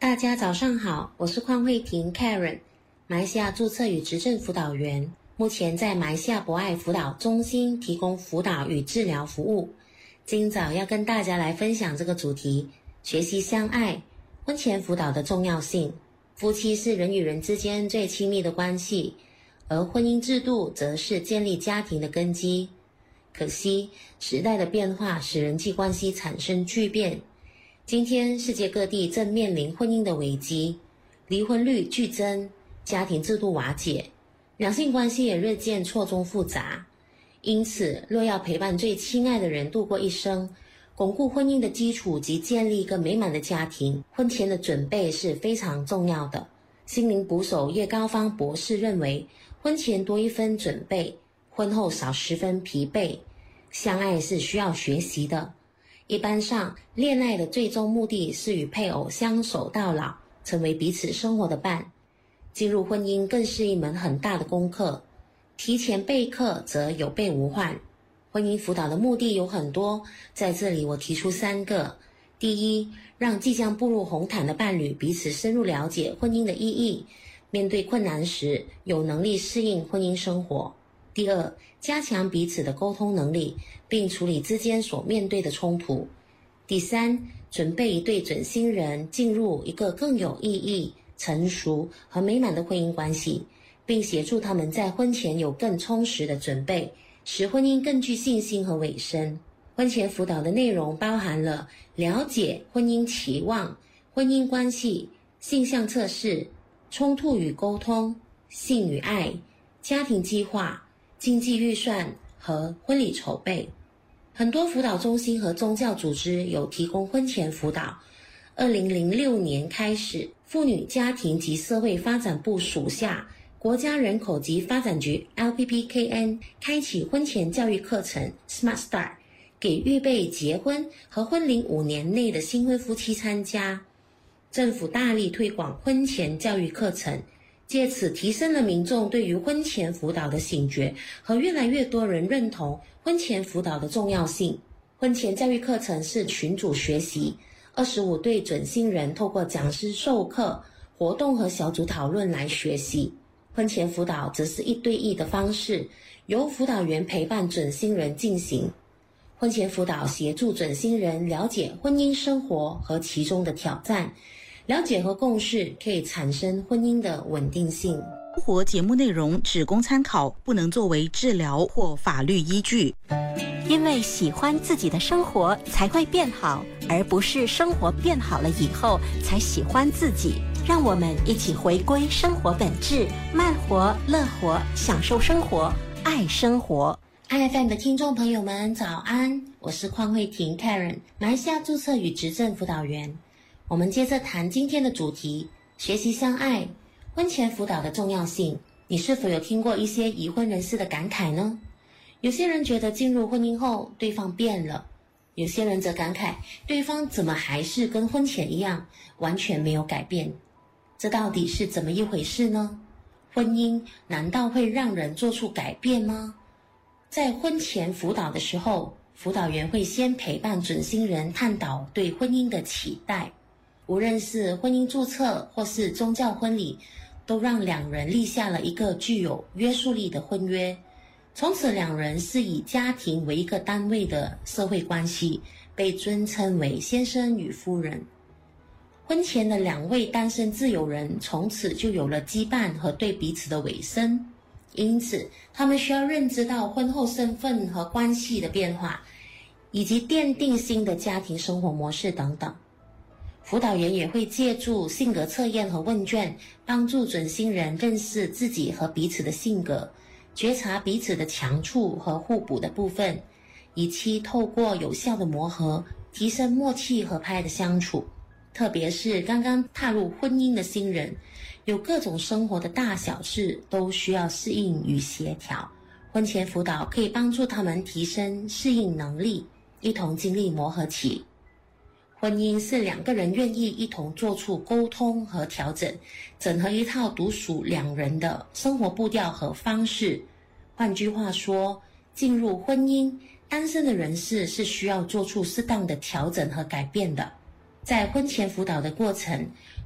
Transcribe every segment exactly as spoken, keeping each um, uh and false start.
大家早上好，我是邝慧婷 Karen， 马来西亚注册与执政辅导员，目前在马来西亚博爱辅导中心提供辅导与治疗服务。今早要跟大家来分享这个主题，学习相爱，婚前辅导的重要性。夫妻是人与人之间最亲密的关系，而婚姻制度则是建立家庭的根基。可惜时代的变化使人际关系产生巨变，今天世界各地正面临婚姻的危机，离婚率剧增，家庭制度瓦解，两性关系也日渐错综复杂。因此，若要陪伴最亲爱的人度过一生，巩固婚姻的基础及建立一个美满的家庭，婚前的准备是非常重要的。心灵捕手叶高芳博士认为，婚前多一分准备，婚后少十分疲惫。相爱是需要学习的。一般上，恋爱的最终目的是与配偶相守到老，成为彼此生活的伴。进入婚姻更是一门很大的功课，提前备课则有备无患。婚姻辅导的目的有很多，在这里我提出三个。第一，让即将步入红毯的伴侣彼此深入了解婚姻的意义，面对困难时有能力适应婚姻生活。第二，加强彼此的沟通能力，并处理之间所面对的冲突。第三，准备一对准新人进入一个更有意义、成熟和美满的婚姻关系，并协助他们在婚前有更充实的准备，使婚姻更具信心和尾声。婚前辅导的内容包含了了解婚姻期望、婚姻关系、性向测试、冲突与沟通、性与爱、家庭计划、经济预算和婚礼筹备。很多辅导中心和宗教组织有提供婚前辅导。二零零六年开始，妇女家庭及社会发展部属下国家人口及发展局 L P P K N 开启婚前教育课程 Smart Start， 给预备结婚和婚龄五年内的新婚夫妻参加。政府大力推广婚前教育课程，借此提升了民众对于婚前辅导的醒觉，和越来越多人认同婚前辅导的重要性。婚前教育课程是群组学习，二十五对准新人透过讲师授课、活动和小组讨论来学习。婚前辅导则是一对一的方式，由辅导员陪伴准新人进行。婚前辅导协助准新人了解婚姻生活和其中的挑战，了解和共识可以产生婚姻的稳定性。 生活节目内容只供参考，不能作为治疗或法律依据。 因为喜欢自己的生活才会变好，而不是生活变好了以后才喜欢自己。让我们一起回归生活本质，慢活、乐活，享受生活，爱生活。 I F M 的听众朋友们早安，我是邝慧婷 Karen， 马来西亚注册与执政辅导员。我们接着谈今天的主题，学习相爱，婚前辅导的重要性。你是否有听过一些已婚人士的感慨呢？有些人觉得进入婚姻后对方变了，有些人则感慨对方怎么还是跟婚前一样，完全没有改变。这到底是怎么一回事呢？婚姻难道会让人做出改变吗？在婚前辅导的时候，辅导员会先陪伴准新人探讨对婚姻的期待，无论是婚姻注册或是宗教婚礼，都让两人立下了一个具有约束力的婚约。从此两人是以家庭为一个单位的社会关系，被尊称为先生与夫人。婚前的两位单身自由人从此就有了羁绊和对彼此的委身，因此他们需要认知到婚后身份和关系的变化，以及奠定新的家庭生活模式等等。辅导员也会借助性格测验和问卷，帮助准新人认识自己和彼此的性格，觉察彼此的强处和互补的部分，以期透过有效的磨合，提升默契合拍的相处。特别是刚刚踏入婚姻的新人，有各种生活的大小事都需要适应与协调。婚前辅导可以帮助他们提升适应能力，一同经历磨合期。婚姻是两个人愿意一同做出沟通和调整，整合一套独属两人的生活步调和方式。换句话说，进入婚姻，单身的人士是需要做出适当的调整和改变的。在婚前辅导的过程，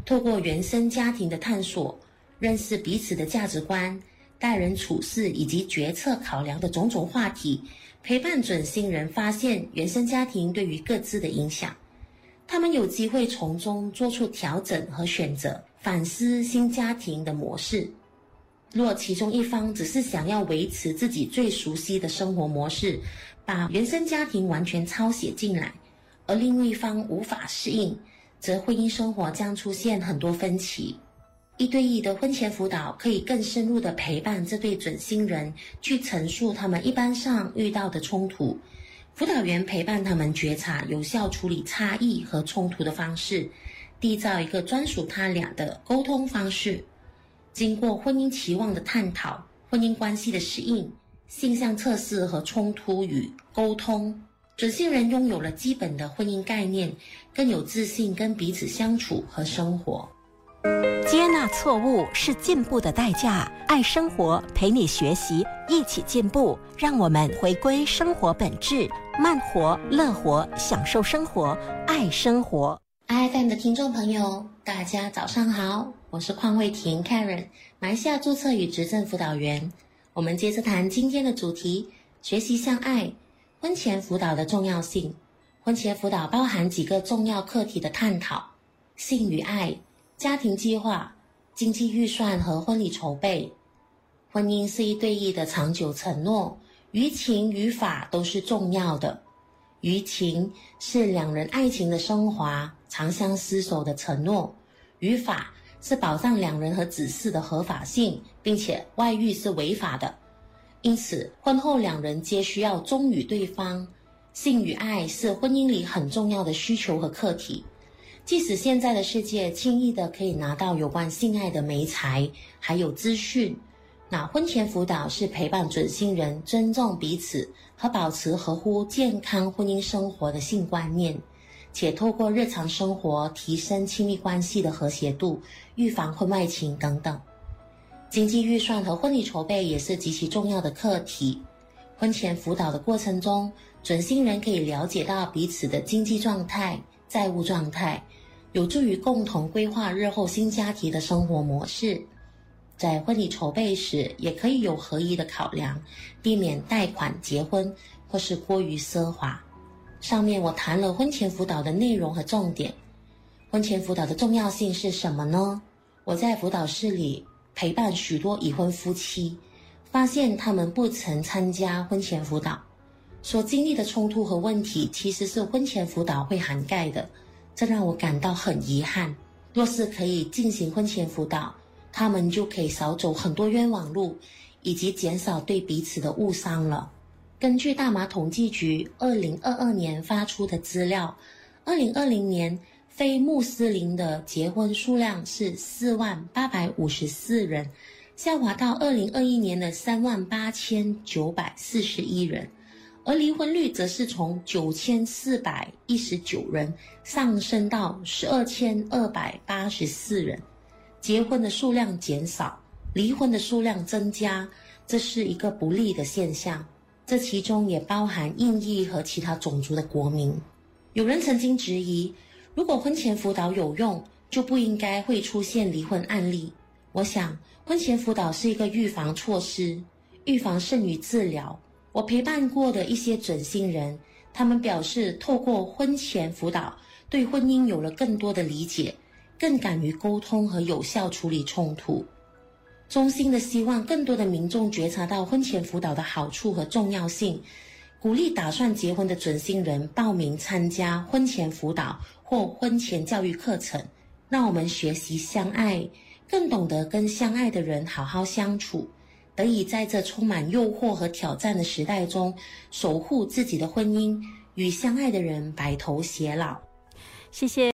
透过原生家庭的探索，认识彼此的价值观、待人处事以及决策考量的种种话题，陪伴准新人发现原生家庭对于各自的影响。他们有机会从中做出调整和选择，反思新家庭的模式。若其中一方只是想要维持自己最熟悉的生活模式，把原生家庭完全抄写进来，而另一方无法适应，则婚姻生活将出现很多分歧。一对一的婚前辅导可以更深入地陪伴这对准新人，去陈述他们一般上遇到的冲突。辅导员陪伴他们觉察有效处理差异和冲突的方式，缔造一个专属他俩的沟通方式。经过婚姻期望的探讨、婚姻关系的适应、性向测试和冲突与沟通，准新人拥有了基本的婚姻概念，更有自信跟彼此相处和生活。 接纳错误是进步的代价，爱生活陪你学习，一起进步，让我们回归生活本质，慢活、乐活，享受生活，爱生活。 I F M 的听众朋友，大家早上好，我是邝慧婷 Karen， 马来西亚注册与执政辅导员。我们接着谈今天的主题：学习相爱，婚前辅导的重要性。婚前辅导包含几个重要课题的探讨：性与爱、家庭计划、经济预算和婚礼筹备。婚姻是一对一的长久承诺，于情于法都是重要的。于情是两人爱情的升华，长相厮守的承诺；于法是保障两人和子嗣的合法性，并且外遇是违法的。因此，婚后两人皆需要忠于对方。性与爱是婚姻里很重要的需求和课题。即使现在的世界轻易的可以拿到有关性爱的媒材，还有资讯，那婚前辅导是陪伴准新人尊重彼此和保持合乎健康婚姻生活的性观念，且透过日常生活提升亲密关系的和谐度，预防婚外情等等。经济预算和婚礼筹备也是极其重要的课题。婚前辅导的过程中，准新人可以了解到彼此的经济状态、债务状态，有助于共同规划日后新家庭的生活模式。在婚礼筹备时，也可以有合宜的考量，避免贷款结婚或是过于奢华。上面我谈了婚前辅导的内容和重点。婚前辅导的重要性是什么呢？我在辅导室里陪伴许多已婚夫妻，发现他们不曾参加婚前辅导，所经历的冲突和问题其实是婚前辅导会涵盖的，这让我感到很遗憾。若是可以进行婚前辅导，他们就可以少走很多冤枉路，以及减少对彼此的误伤了。根据大马统计局二零二二年发出的资料，二零二零年非穆斯林的结婚数量是四万八百五十四人，下滑到二零二一年的三万八千九百四十一人，而离婚率则是从九千四百一十九人上升到十二千二百八十四人。结婚的数量减少，离婚的数量增加，这是一个不利的现象。这其中也包含印裔和其他种族的国民。有人曾经质疑，如果婚前辅导有用，就不应该会出现离婚案例。我想，婚前辅导是一个预防措施，预防胜于治疗。我陪伴过的一些准新人，他们表示透过婚前辅导，对婚姻有了更多的理解，更敢于沟通和有效处理冲突。衷心的希望更多的民众觉察到婚前辅导的好处和重要性，鼓励打算结婚的准新人报名参加婚前辅导或婚前教育课程，让我们学习相爱，更懂得跟相爱的人好好相处，得以在这充满诱惑和挑战的时代中，守护自己的婚姻，与相爱的人白头偕老。 谢谢。